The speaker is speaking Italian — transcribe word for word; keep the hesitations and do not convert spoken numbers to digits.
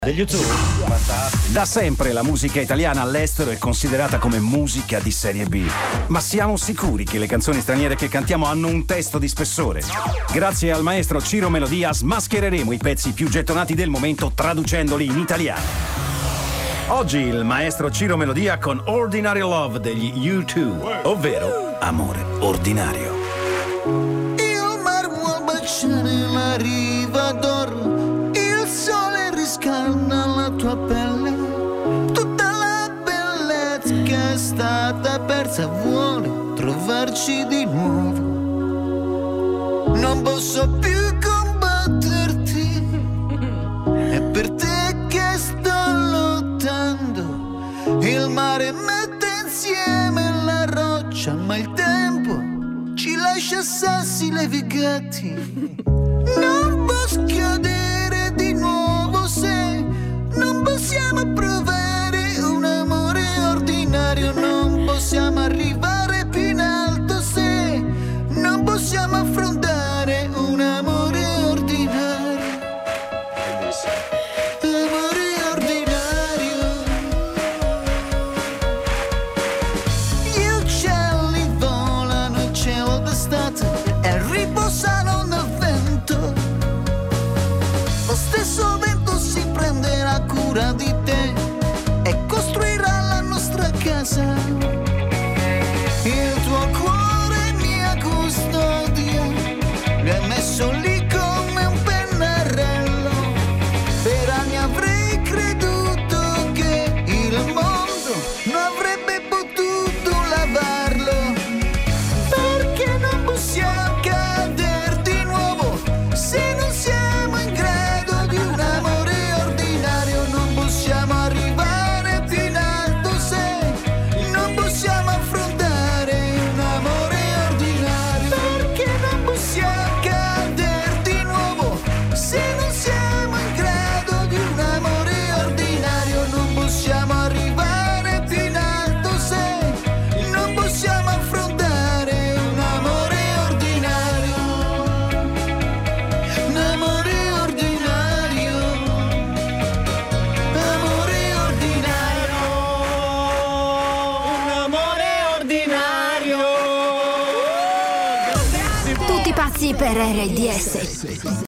Degli U due? Da sempre la musica italiana all'estero è considerata come musica di serie B. Ma siamo sicuri che le canzoni straniere che cantiamo hanno un testo di spessore? Grazie al maestro Ciro Melodia smaschereremo i pezzi più gettonati del momento traducendoli in italiano. Oggi il maestro Ciro Melodia con Ordinary Love degli U due, ovvero Amore Ordinario. Il mar vuol baciare la riva d'oro, il sole riscalda la tua pelle, tutta la bellezza che è stata persa vuole trovarci di nuovo. Non posso più combatterti, è per te che sto lottando. Il mare mette insieme la roccia, ma il tempo ci lascia sassi levigati. Non posso cadere di nuovo se non possiamo provare un amore ordinario. Non possiamo arrivare più in alto se non possiamo affrontare un amore ordinario. Amore ordinario. Gli uccelli volano in cielo d'estate e riposano nel vento. Lo stesso vento si prenderà cura di te e costruirà la nostra casa. Il tuo cuore mia custodia, mi hai messo lì come un pennarello. Per anni avrei creduto che il mondo non avrebbe potuto lavarlo. Perché non possiamo cadere di nuovo se non siamo in grado di un amore ordinario. Non possiamo arrivare più in alto se non possiamo affrontare un amore ordinario. Perché non possiamo cadere di nuovo se non siamo in grado di un amore ordinario. Non possiamo arrivare più in alto se non possiamo affrontare un amore ordinario. Un amore ordinario. Amore ordinario. Un amore ordinario. Tutti pazzi per R D S.